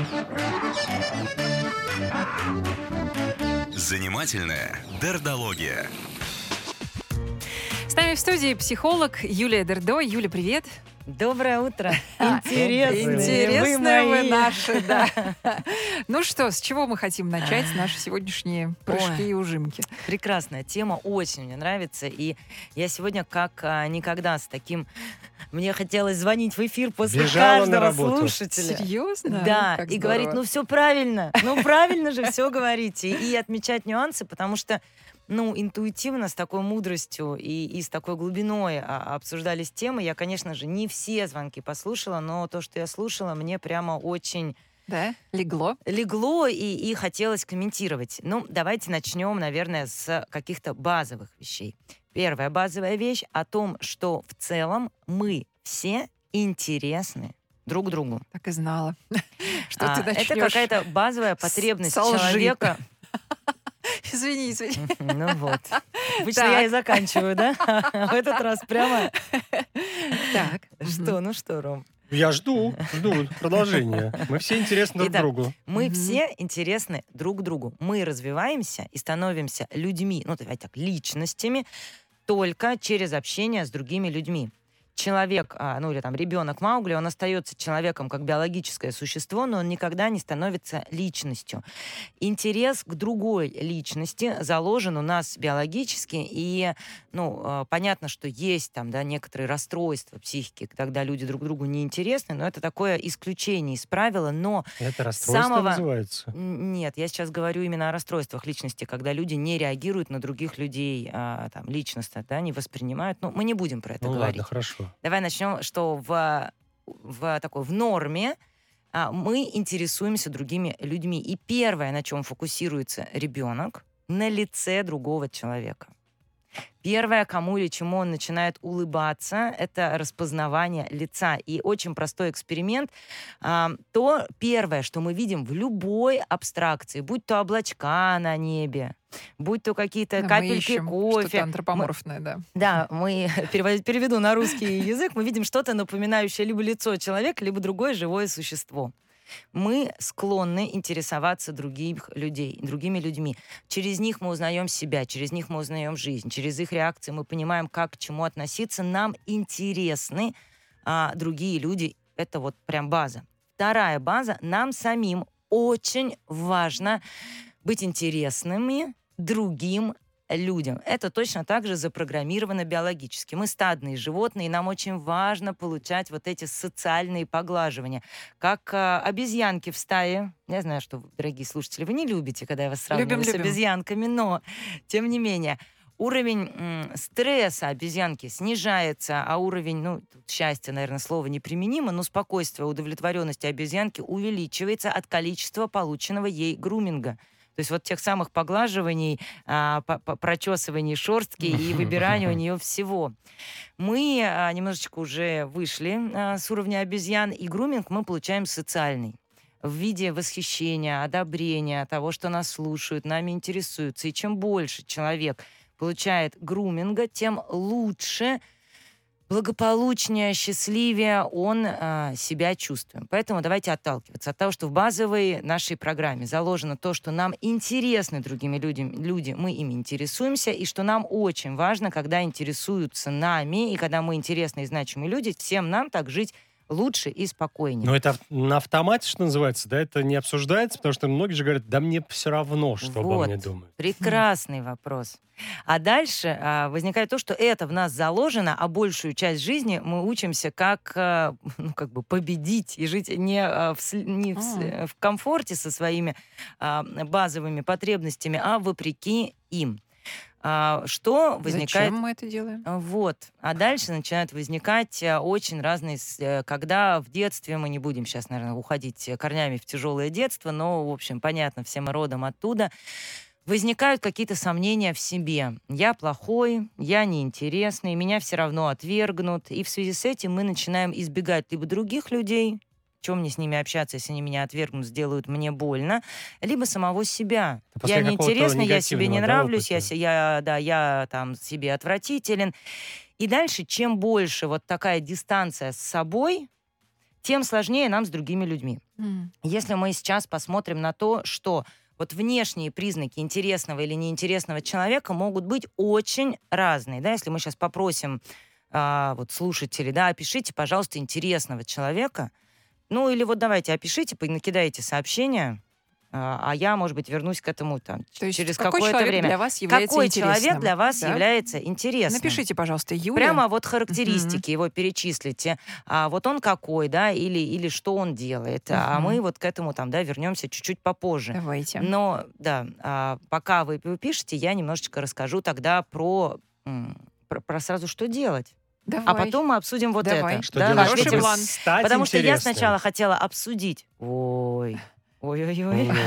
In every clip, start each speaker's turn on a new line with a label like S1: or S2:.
S1: Занимательная дердология.
S2: С нами в студии психолог Юлия Дердо. Юля, привет.
S3: Доброе утро.
S2: Интересные вы наши, да. Ну что, с чего мы хотим начать наши сегодняшние прыжки и ужимки?
S3: Прекрасная тема, очень мне нравится. И я сегодня как никогда с таким... Мне хотелось звонить в эфир после каждого слушателя.
S2: Серьезно?
S3: Да, и говорить, ну все правильно, ну правильно же все говорите. И отмечать нюансы, потому что интуитивно, с такой мудростью и с такой глубиной обсуждались темы. Я, конечно же, не все звонки послушала, но то, что я слушала, мне прямо очень...
S2: Да? Легло?
S3: Легло, и хотелось комментировать. Давайте начнем, наверное, с каких-то базовых вещей. Первая базовая вещь о том, что в целом мы все интересны друг другу.
S2: Так и знала, что ты начнешь.
S3: Это какая-то базовая потребность человека.
S2: Извини.
S3: Ну вот. Обычно я и заканчиваю, да? В этот раз прямо...
S2: Так.
S3: Что, Ром?
S4: Я жду продолжения. Мы все интересны друг другу.
S3: Мы все интересны друг другу. Мы развиваемся и становимся людьми, давайте так, личностями, только через общение с другими людьми. Человек, или там ребенок Маугли, он остается человеком как биологическое существо, но он никогда не становится личностью. Интерес к другой личности заложен у нас биологически, и, понятно, что есть там, некоторые расстройства психики, когда люди друг другу не интересны, но это такое исключение из правила, но...
S4: Это расстройство называется?
S3: Нет, я сейчас говорю именно о расстройствах личности, когда люди не реагируют на других людей, личностно, не воспринимают. Мы не будем про это говорить.
S4: Ладно, хорошо.
S3: Давай начнем, что в норме мы интересуемся другими людьми. И первое, на чем фокусируется ребенок, на лице другого человека. Первое, кому или чему он начинает улыбаться, это распознавание лица. И очень простой эксперимент. То первое, что мы видим в любой абстракции, будь то облачка на небе, будь то какие-то капельки кофе.
S2: Что-то антропоморфное, да.
S3: Да, мы переведу на русский язык, мы видим что-то напоминающее либо лицо человека, либо другое живое существо. Мы склонны интересоваться другими людьми. Через них мы узнаем себя, через них мы узнаем жизнь, через их реакции мы понимаем, как к чему относиться. Нам интересны другие люди. Это прям база. Вторая база. Нам самим очень важно быть интересными другим людям. Это точно так же запрограммировано биологически. Мы стадные животные, и нам очень важно получать эти социальные поглаживания. Как обезьянки в стае. Я знаю, что, дорогие слушатели, вы не любите, когда я вас сравниваю с обезьянками, но, тем не менее, уровень стресса обезьянки снижается, а уровень, счастья, наверное, слово неприменимо, но спокойствия, удовлетворенности обезьянки увеличивается от количества полученного ей груминга. То есть тех самых поглаживаний, прочесываний шерстки и выбирания у нее всего. Мы немножечко уже вышли с уровня обезьян, и груминг мы получаем социальный. В виде восхищения, одобрения, того, что нас слушают, нами интересуются. И чем больше человек получает груминга, тем лучше, благополучнее, счастливее он себя чувствует. Поэтому давайте отталкиваться от того, что в базовой нашей программе заложено то, что нам интересны другими люди, мы ими интересуемся, и что нам очень важно, когда интересуются нами, и когда мы интересные и значимые люди, всем нам так жить лучше и спокойнее.
S4: Но это на автомате, что называется, да? Это не обсуждается, потому что многие же говорят, да мне все равно, что обо мне думают.
S3: Прекрасный вопрос. А дальше возникает то, что это в нас заложено, а большую часть жизни мы учимся как победить и жить не в комфорте со своими базовыми потребностями, а вопреки им. Что возникает...
S2: Зачем мы это делаем?
S3: А дальше начинают возникать очень разные... Когда в детстве, мы не будем сейчас, наверное, уходить корнями в тяжелое детство, но, в общем, понятно, все мы родом оттуда, возникают какие-то сомнения в себе. Я плохой, я неинтересный, меня все равно отвергнут. И в связи с этим мы начинаем избегать либо других людей, чем мне с ними общаться, если они меня отвергнут, сделают мне больно, либо самого себя. Я неинтересный, я себе не нравлюсь, я там себе отвратителен. И дальше, чем больше такая дистанция с собой, тем сложнее нам с другими людьми. Если мы сейчас посмотрим на то, что вот внешние признаки интересного или неинтересного человека могут быть очень разные. Да? Если мы сейчас попросим вот слушателей, да, опишите, пожалуйста, интересного человека. Ну или вот давайте опишите, накидайте сообщения, а я, может быть, вернусь к этому там, через какое-то время.
S2: Для вас является
S3: какой
S2: интересным?
S3: Человек для вас
S2: Да?
S3: является интересным?
S2: Напишите, пожалуйста, Юля.
S3: Прямо вот характеристики его перечислите. Вот он какой, да, или что он делает. А мы вот к этому там, да, вернемся чуть-чуть попозже.
S2: Давайте.
S3: Но, да, пока вы пишете, я немножечко расскажу тогда про сразу, что делать.
S2: Давай.
S3: А потом мы обсудим вот
S2: Давай.
S3: это.
S4: Что
S3: Да,
S4: делать,
S2: хороший
S4: чтобы
S2: план.
S4: стать
S3: потому что я
S4: интересным?
S3: сначала хотела обсудить. Ой-ой-ой.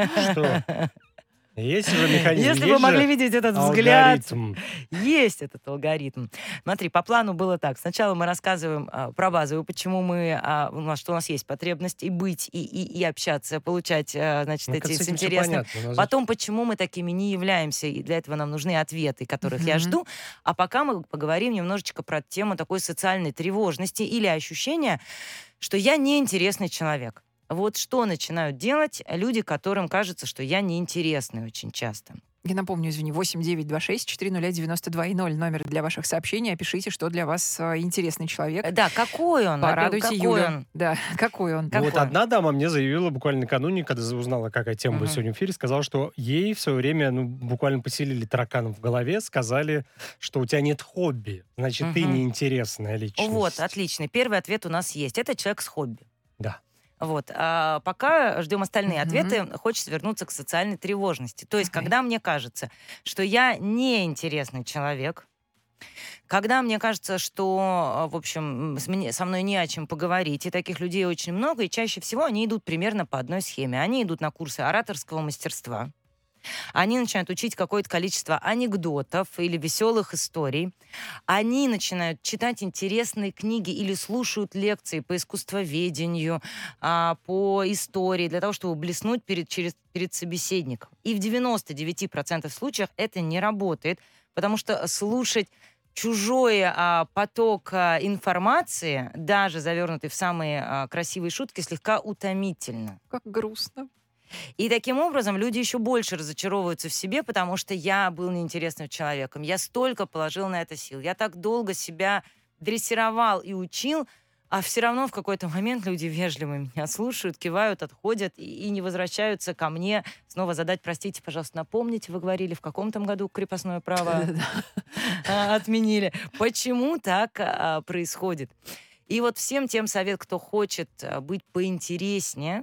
S4: Что? Есть же механизм.
S3: Если
S4: есть
S3: вы могли
S4: же
S3: видеть этот взгляд.
S4: алгоритм.
S3: Есть этот алгоритм. Смотри, по плану было так. Сначала мы рассказываем про базовую, почему что у нас есть потребность и быть, и общаться, получать, значит,
S4: Ну,
S3: эти
S4: с этим всё
S3: интересные.
S4: понятно, но
S3: Потом, почему мы такими не являемся, и для этого нам нужны ответы, которых я жду. А пока мы поговорим немножечко про тему такой социальной тревожности или ощущения, что я неинтересный человек. Вот что начинают делать люди, которым кажется, что я неинтересный очень часто.
S2: Я напомню, 8-926-400-92-0 номер для ваших сообщений. Опишите, что для вас интересный человек.
S3: Да, какой он?
S2: Порадуйте
S3: какой
S2: Юлю.
S3: он?
S2: Да, какой он.
S4: Ну, вот
S3: Какой?
S4: одна дама мне заявила буквально накануне, когда узнала, какая тема будет сегодня в эфире, сказала, что ей в свое время буквально поселили тараканов в голове, сказали, что у тебя нет хобби, значит, ты неинтересная личность.
S3: Вот, отлично. Первый ответ у нас есть. Это человек с хобби.
S4: Да.
S3: Вот. А пока ждем остальные ответы, хочется вернуться к социальной тревожности. То есть, когда мне кажется, что я неинтересный человек, когда мне кажется, что, в общем, со мной не о чем поговорить, и таких людей очень много, и чаще всего они идут примерно по одной схеме. Они идут на курсы ораторского мастерства, они начинают учить какое-то количество анекдотов или веселых историй. Они начинают читать интересные книги или слушают лекции по искусствоведению, по истории, для того, чтобы блеснуть перед собеседником. И в 99% случаев это не работает, потому что слушать чужой поток информации, даже завернутый в самые красивые шутки, слегка утомительно.
S2: Как грустно.
S3: И таким образом люди еще больше разочаровываются в себе, потому что я был неинтересным человеком. Я столько положил на это сил. Я так долго себя дрессировал и учил, а все равно в какой-то момент люди вежливо меня слушают, кивают, отходят и не возвращаются ко мне снова задать, простите, пожалуйста, напомните, вы говорили, в каком там году крепостное право отменили. Почему так происходит? И вот всем тем совет, кто хочет быть поинтереснее,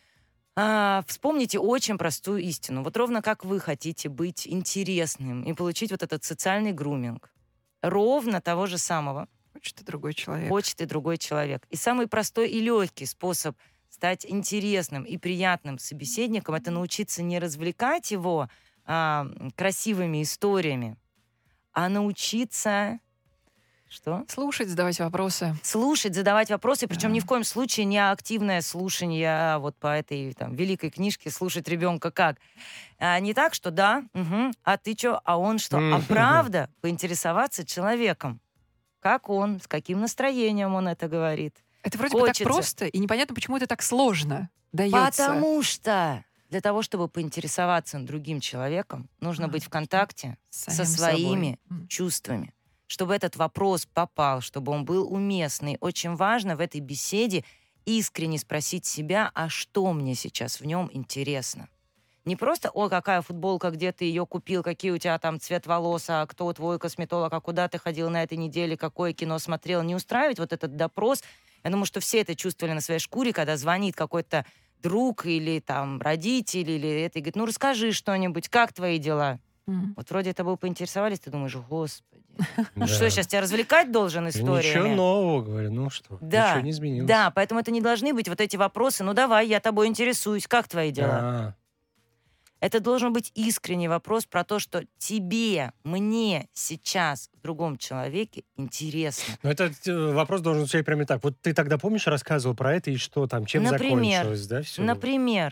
S3: вспомните очень простую истину. Вот ровно как вы хотите быть интересным и получить вот этот социальный груминг, ровно того же самого
S2: Хочет и другой человек.
S3: хочет и другой человек. И самый простой и легкий способ стать интересным и приятным собеседником — это научиться не развлекать его красивыми историями, а научиться... Что?
S2: Слушать, задавать вопросы.
S3: Слушать, задавать вопросы, причем
S2: Да.
S3: ни в коем случае не активное слушание вот по этой там великой книжке «Слушать ребенка как». Не так, что да, а ты что, а он что? А правда поинтересоваться человеком. Как он, с каким настроением он это говорит.
S2: Это вроде бы так
S3: Хочется.
S2: просто, и непонятно, почему это так сложно дается.
S3: Потому что для того, чтобы поинтересоваться другим человеком, нужно быть в контакте со
S2: Самим
S3: своими
S2: собой.
S3: чувствами. Чтобы этот вопрос попал, чтобы он был уместный. Очень важно в этой беседе искренне спросить себя, а что мне сейчас в нем интересно. Не просто, о, какая футболка, где ты ее купил, какие у тебя там цвет волос, а кто твой косметолог, а куда ты ходил на этой неделе, какое кино смотрел. Не устраивать вот этот допрос. Я думаю, что все это чувствовали на своей шкуре, когда звонит какой-то друг или там родитель, или это, и говорит, ну расскажи что-нибудь, как твои дела? Вот вроде тобой поинтересовались, ты думаешь, господи, ну что, я сейчас тебя развлекать должен историями?
S4: Ничего нового, говорю, ну что,
S3: Да,
S4: ничего не изменилось.
S3: да, поэтому это не должны быть вот эти вопросы, ну давай, я тобой интересуюсь, как твои дела?
S4: А,
S3: Это должен быть искренний вопрос про то, что тебе, мне сейчас в другом человеке интересно.
S4: Но этот вопрос должен звучать прямо так. Вот ты тогда, помнишь, рассказывал про это, и что там, чем
S3: Например,
S4: закончилось, да, все?
S3: Например,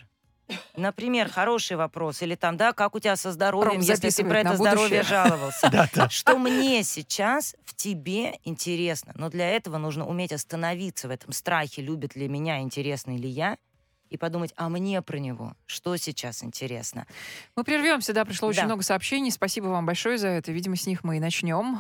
S3: Например, хороший вопрос. Или там, да, как у тебя со здоровьем,
S2: Ром
S3: если ты
S2: записывает
S3: про
S2: на
S3: это
S2: будущее.
S3: здоровье жаловался.
S4: Да-да.
S3: Что мне сейчас в тебе интересно. Но для этого нужно уметь остановиться в этом страхе, любит ли меня, интересный ли я, и подумать, а мне про него, что сейчас интересно.
S2: Мы прервемся, да, пришло очень
S3: Да.
S2: много сообщений. Спасибо вам большое за это. Видимо, с них мы и начнем.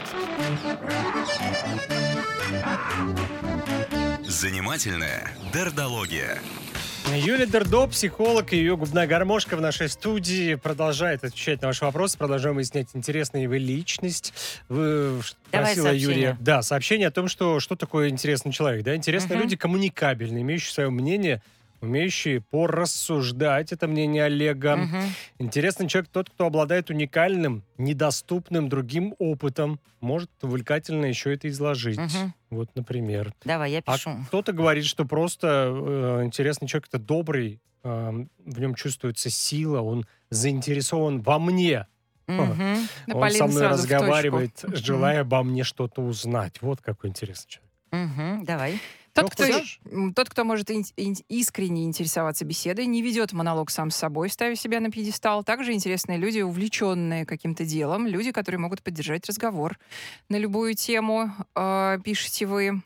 S1: Занимательная дердология.
S4: Юлия Дердо, психолог, и ее губная гармошка в нашей студии продолжает отвечать на ваши вопросы. Продолжаем выяснять, интересная вы личность. Вы
S3: Давай
S4: спросила
S3: сообщение.
S4: Юрия. Да, сообщение о том, что такое интересный человек. Да? Интересные
S3: Мгм.
S4: люди коммуникабельные, имеющие свое мнение, умеющие порассуждать. Это мнение Олега.
S3: Мгм.
S4: Интересный человек тот, кто обладает уникальным, недоступным другим опытом. Может увлекательно еще это изложить.
S3: Мгм.
S4: Вот, например.
S3: Давай, я
S4: А
S3: пишу.
S4: кто-то говорит, что просто интересный человек — это добрый, в нем чувствуется сила, он заинтересован во мне.
S3: Мгм.
S2: Да,
S4: Он
S2: Полина
S4: со мной
S2: сразу в точку.
S4: разговаривает,
S2: Мгм.
S4: желая обо мне что-то узнать. Вот какой интересный человек.
S3: Мгм. Давай.
S2: Тот, кто,
S4: хочешь?
S2: тот, кто может искренне интересоваться беседой, не ведет монолог сам с собой, ставя себя на пьедестал. Также интересные люди, увлеченные каким-то делом, люди, которые могут поддержать разговор на любую тему, пишете вы.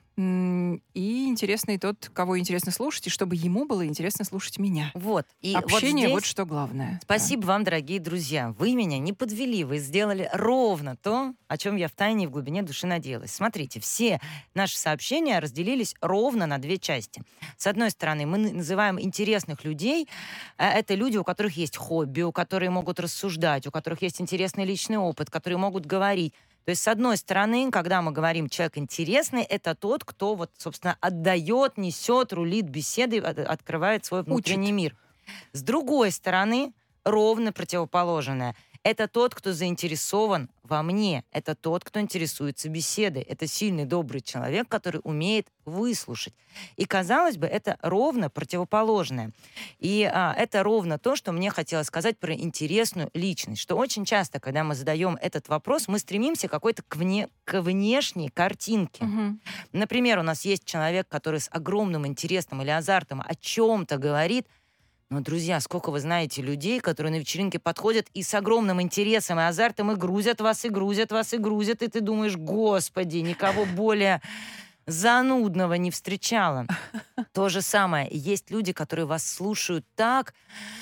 S2: И интересный тот, кого интересно слушать, и чтобы ему было интересно слушать меня.
S3: Вот. И
S2: Общение,
S3: вот
S2: вот
S3: здесь
S2: что главное.
S3: спасибо вам, дорогие друзья. Вы меня не подвели, вы сделали ровно то, о чем я втайне и в глубине души надеялась. Смотрите, все наши сообщения разделились ровно на две части. С одной стороны, мы называем интересных людей. Это люди, у которых есть хобби, у которых могут рассуждать, у которых есть интересный личный опыт, которые могут говорить. То есть, с одной стороны, когда мы говорим «человек интересный», это тот, кто, вот, собственно, отдает, несет, рулит беседой, открывает свой внутренний мир. С другой стороны, ровно противоположное. Это тот, кто заинтересован во мне. Это тот, кто интересуется беседой. Это сильный, добрый человек, который умеет выслушать. И, казалось бы, это ровно противоположное. И это ровно то, что мне хотелось сказать про интересную личность. Что очень часто, когда мы задаем этот вопрос, мы стремимся какой-то к внешней картинке.
S2: Мгм.
S3: Например, у нас есть человек, который с огромным интересом или азартом о чем-то говорит. Но, друзья, сколько вы знаете людей, которые на вечеринке подходят и с огромным интересом и азартом и грузят вас, и грузят вас, и грузят, и ты думаешь, господи, никого более занудного не встречала. То же самое. Есть люди, которые вас слушают так,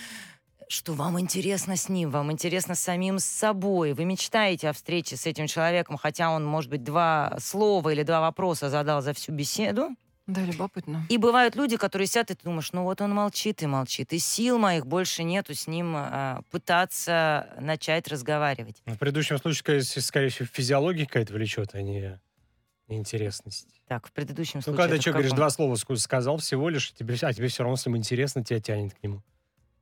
S3: что вам интересно с ним, вам интересно самим с собой. Вы мечтаете о встрече с этим человеком, хотя он, может быть, 2 слова или 2 вопроса задал за всю беседу.
S2: Да, любопытно.
S3: И бывают люди, которые сидят, и ты думаешь, ну вот он молчит и молчит, и сил моих больше нету с ним пытаться начать разговаривать.
S4: В предыдущем случае, скорее всего, физиология какая-то влечет, а не интересность.
S3: Так, в предыдущем
S4: Ну,
S3: случае...
S4: когда
S3: это в
S4: человек, говоришь,
S3: каком?
S4: 2 слова сказал всего лишь, тебе все равно с ним интересно, тебя тянет к нему.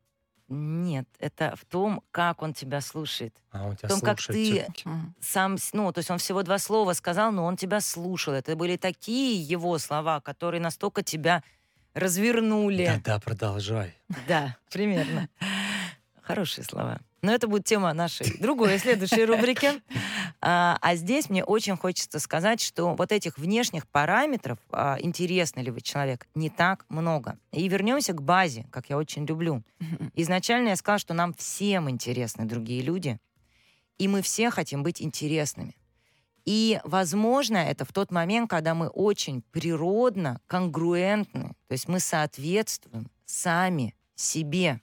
S3: Нет, это в том, как он тебя слушает.
S4: А он тебя
S3: В том, как
S4: слушает
S3: ты
S4: всё-таки.
S2: Мгм.
S3: сам... Ну, то есть он всего 2 слова сказал, но он тебя слушал. Это были такие его слова, которые настолько тебя развернули.
S4: Да-да, продолжай.
S3: Да, примерно. Хорошие слова. Но это будет тема нашей другой, следующей рубрики. А здесь мне очень хочется сказать, что вот этих внешних параметров, интересный ли вы человек, не так много. И вернемся к базе, как я очень люблю.
S2: Мгм.
S3: Изначально я сказала, что нам всем интересны другие люди, и мы все хотим быть интересными. И, возможно, это в тот момент, когда мы очень природно, конгруентны, то есть мы соответствуем сами себе.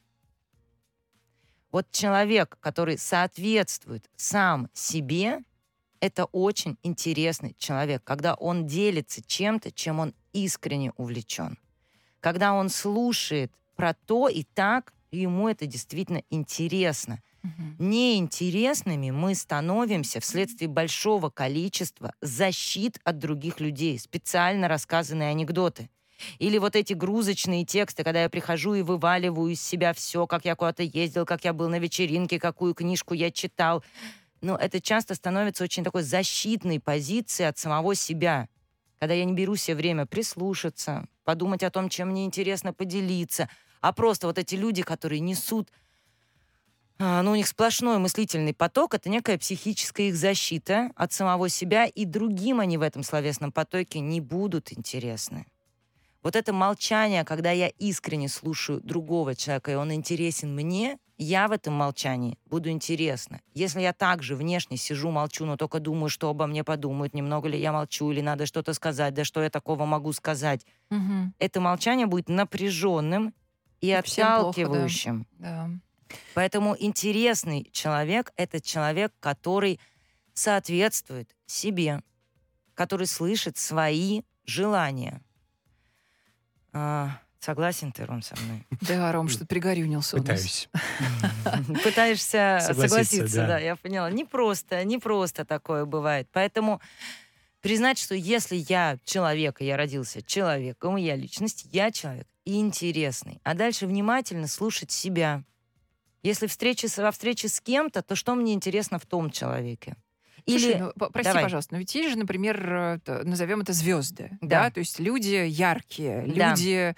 S3: Вот человек, который соответствует сам себе, это очень интересный человек, когда он делится чем-то, чем он искренне увлечен. Когда он слушает про то и так, ему это действительно интересно.
S2: Мгм.
S3: Неинтересными мы становимся вследствие большого количества защит от других людей, специально рассказанные анекдоты. Или вот эти грузочные тексты, когда я прихожу и вываливаю из себя все, как я куда-то ездил, как я был на вечеринке, какую книжку я читал. Но это часто становится очень такой защитной позицией от самого себя. Когда я не беру себе время прислушаться, подумать о том, чем мне интересно поделиться. А просто вот эти люди, которые несут, у них сплошной мыслительный поток, это некая психическая их защита от самого себя, и другим они в этом словесном потоке не будут интересны. Вот это молчание, когда я искренне слушаю другого человека, и он интересен мне, я в этом молчании буду интересна. Если я также внешне сижу, молчу, но только думаю, что обо мне подумают, немного ли я молчу, или надо что-то сказать, да что я такого могу сказать, это молчание будет напряженным и отталкивающим.
S2: Да.
S3: Поэтому интересный человек — это человек, который соответствует себе, который слышит свои желания. Согласен ты, Ром, со мной?
S2: Да, Ром, что-то пригорюнился у нас.
S4: Пытаюсь.
S3: Пытаешься согласиться,
S4: да.
S3: да, я поняла. Не просто такое бывает. Поэтому признать, что если я человек, и я родился человеком, я личность, я человек и интересный. А дальше внимательно слушать себя. Если во встрече с кем-то, то что мне интересно в том человеке?
S2: Слушай, ну, прости,
S3: Давай.
S2: пожалуйста, но ведь есть же, например, назовем это звезды,
S3: Да.
S2: да, то есть люди яркие,
S3: Да.
S2: люди,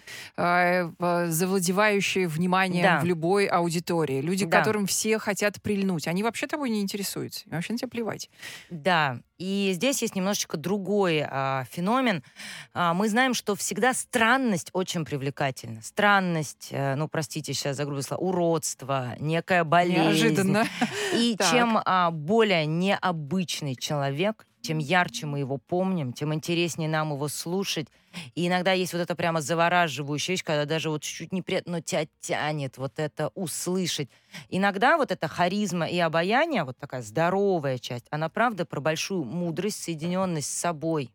S2: завладевающие вниманием
S3: Да.
S2: в любой аудитории, люди, к
S3: Да.
S2: которым все хотят прильнуть, они вообще тобой не интересуются, им вообще на тебя плевать.
S3: Да, и здесь есть немножечко другой феномен. Мы знаем, что всегда странность очень привлекательна. Странность, ну, простите, сейчас загрузила слово, уродство, некая болезнь.
S2: Неожиданно.
S3: И
S2: Так.
S3: чем более необычный человек, чем ярче мы его помним, тем интереснее нам его слушать. И иногда есть вот это прямо завораживающая вещь, когда даже вот чуть-чуть неприятно, но тебя тянет вот это услышать. Иногда вот эта харизма и обаяние, вот такая здоровая часть, она правда про большую мудрость, соединенность с собой,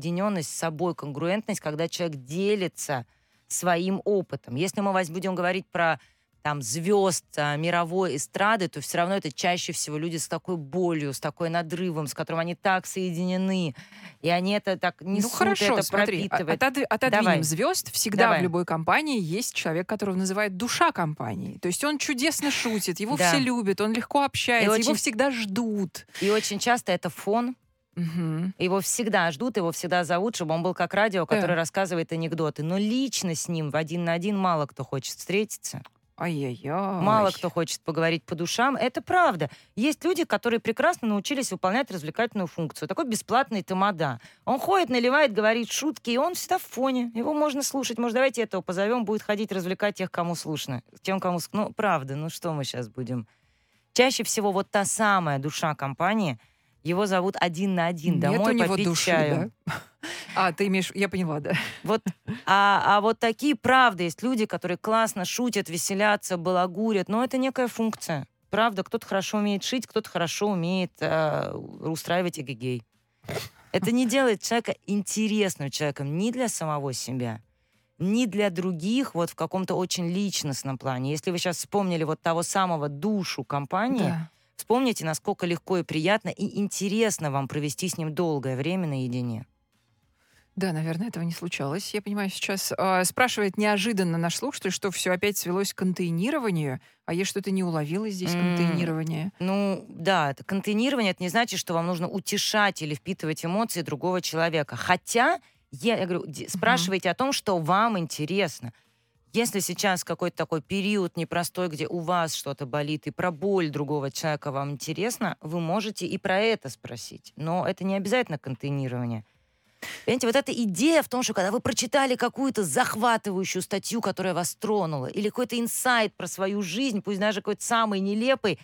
S3: конгруентность, когда человек делится своим опытом. Если мы будем говорить про там звезд мировой эстрады, то все равно это чаще всего люди с такой болью, с такой надрывом, с которым они так соединены, и они это так несут,
S2: Ну хорошо,
S3: это
S2: смотри,
S3: пропитывают.
S2: отодвинем
S3: Давай.
S2: звезд. Всегда
S3: Давай.
S2: в любой компании есть человек, которого называют душа компании. То есть он чудесно шутит, его
S3: Да.
S2: все любят, он легко общается,
S3: И
S2: его
S3: очень-
S2: всегда ждут.
S3: И очень часто это фон.
S2: Мгм.
S3: Его всегда ждут, его всегда зовут, чтобы он был как радио,
S2: Да.
S3: которое рассказывает анекдоты. Но лично с ним в 1 на 1 мало кто хочет встретиться.
S2: Ай-яй-яй.
S3: Мало кто хочет поговорить по душам. Это правда. Есть люди, которые прекрасно научились выполнять развлекательную функцию. Такой бесплатный тамада. Он ходит, наливает, говорит шутки, и он всегда в фоне. Его можно слушать. Может, давайте этого позовем, будет ходить развлекать тех, кому слушно. Тем, кому... Ну, правда, ну что мы сейчас будем? Чаще всего вот та самая душа компании, его зовут 1 на 1
S2: Нет
S3: домой
S2: у него
S3: попить
S2: души,
S3: чаю.
S2: да? Ты имеешь... Я поняла, да.
S3: Вот, а вот такие, правда, есть люди, которые классно шутят, веселятся, балагурят, но это некая функция. Правда, кто-то хорошо умеет шить, кто-то хорошо умеет устраивать эгегей. Это не делает человека интересным человеком ни для самого себя, ни для других вот в каком-то очень личностном плане. Если вы сейчас вспомнили вот того самого душу компании,
S2: Да.
S3: вспомните, насколько легко и приятно и интересно вам провести с ним долгое время наедине.
S2: Да, наверное, этого не случалось. Я понимаю, сейчас спрашивает неожиданно наш слушатель, что все опять свелось к контейнированию, а я что-то не уловила здесь контейнирование.
S3: Ну, да, это контейнирование, это не значит, что вам нужно утешать или впитывать эмоции другого человека. Хотя, я говорю, спрашивайте о том, что вам интересно. Если сейчас какой-то такой период непростой, где у вас что-то болит, и про боль другого человека вам интересно, вы можете и про это спросить. Но это не обязательно контейнирование. Понимаете, вот эта идея в том, что когда вы прочитали какую-то захватывающую статью, которая вас тронула, или какой-то инсайт про свою жизнь, пусть даже какой-то самый нелепый,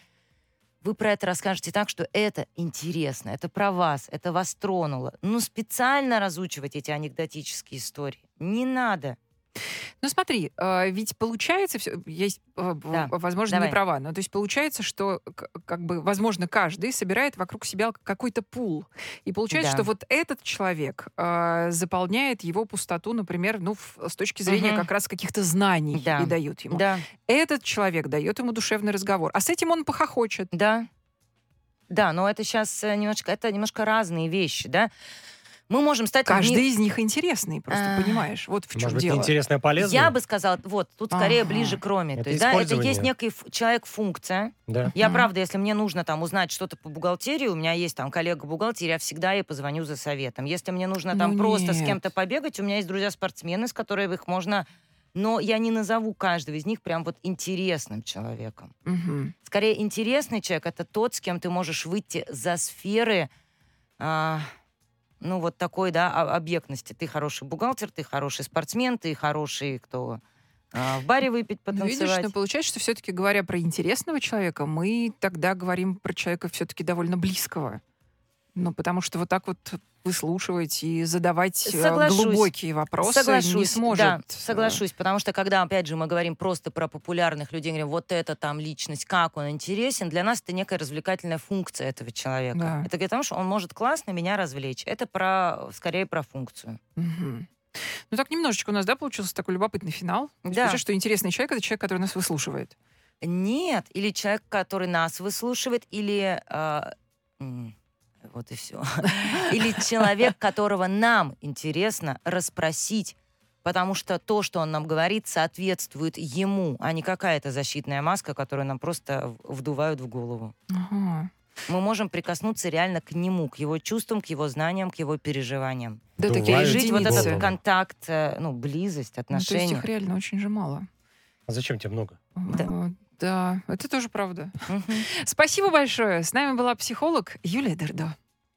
S3: вы про это расскажете так, что это интересно, это про вас, это вас тронуло. Но специально разучивать эти анекдотические истории не надо.
S2: Ну смотри, ведь получается, есть, возможно,
S3: давай.
S2: не права, но то есть получается, что как бы, возможно, каждый собирает вокруг себя какой-то пул. И получается,
S3: Да.
S2: что вот этот человек заполняет его пустоту, например, ну, с точки зрения
S3: Мгм.
S2: как раз каких-то знаний
S3: Да.
S2: и дает ему.
S3: Да,
S2: Этот человек дает ему душевный разговор, а с этим он похохочет.
S3: да. Да, но это сейчас немножко разные вещи, да. Мы можем стать...
S2: Каждый из них интересный, просто понимаешь. Вот в чем
S4: Может быть,
S2: дело.
S4: интересное, полезное?
S3: Я бы сказала, вот, тут скорее
S2: Ага.
S3: ближе к Роме.
S4: Это
S3: То есть, да, это
S4: использование.
S3: есть некий человек-функция.
S4: Да.
S3: Я,
S2: Мгм.
S3: правда, если мне нужно там узнать что-то по бухгалтерии, у меня есть там коллега-бухгалтер, я всегда ей позвоню за советом. Если мне нужно там
S2: Ну
S3: просто с
S2: нет.
S3: кем-то побегать, у меня есть друзья-спортсмены, с которыми их можно... Но я не назову каждого из них прям вот интересным человеком.
S2: Мгм.
S3: Скорее, интересный человек — это тот, с кем ты можешь выйти за сферы ну, вот такой, да, объектности. Ты хороший бухгалтер, ты хороший спортсмен, ты хороший, кто в баре выпить,
S2: Ну,
S3: потанцевать.
S2: видишь, но получается, что все-таки говоря про интересного человека, мы тогда говорим про человека все-таки довольно близкого. Ну, потому что вот так вот выслушивать и задавать
S3: Соглашусь.
S2: глубокие вопросы не сможет.
S3: Да, соглашусь, потому что когда, опять же, мы говорим просто про популярных людей, говорим, вот это там личность, как он интересен, для нас это некая развлекательная функция этого человека.
S2: Да.
S3: Это говорит о том, что он может классно меня развлечь. Это скорее про функцию.
S2: Мгм. Ну, так немножечко у нас, да, получился такой любопытный финал. То есть
S3: Да.
S2: получается, что интересный человек — это человек, который нас выслушивает.
S3: Нет, или человек, который нас выслушивает, или... вот и все. Или человек, которого нам интересно расспросить, потому что то, что он нам говорит, соответствует ему, а не какая-то защитная маска, которую нам просто вдувают в голову.
S2: Ага.
S3: Мы можем прикоснуться реально к нему, к его чувствам, к его знаниям, к его переживаниям.
S2: Да, такие
S4: Бывает
S3: Пережить вот
S2: единицы.
S3: этот контакт, близость,
S2: Ну, то есть
S3: отношения.
S2: их реально очень же мало.
S4: А зачем тебе много?
S2: Да, это тоже правда.
S3: Мгм.
S2: Спасибо большое. С нами была психолог Юлия Дердо.